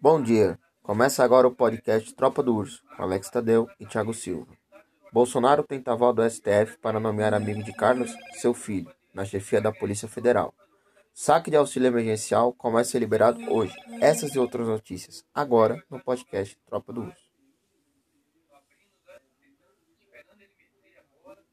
Bom dia, começa agora o podcast Tropa do Urso, com Alex Tadeu e Thiago Silva. Bolsonaro tenta aval do STF para nomear amigo de Carlos, seu filho, na chefia da Polícia Federal. Saque de auxílio emergencial começa a ser liberado hoje. Essas e outras notícias, agora no podcast Tropa do Urso.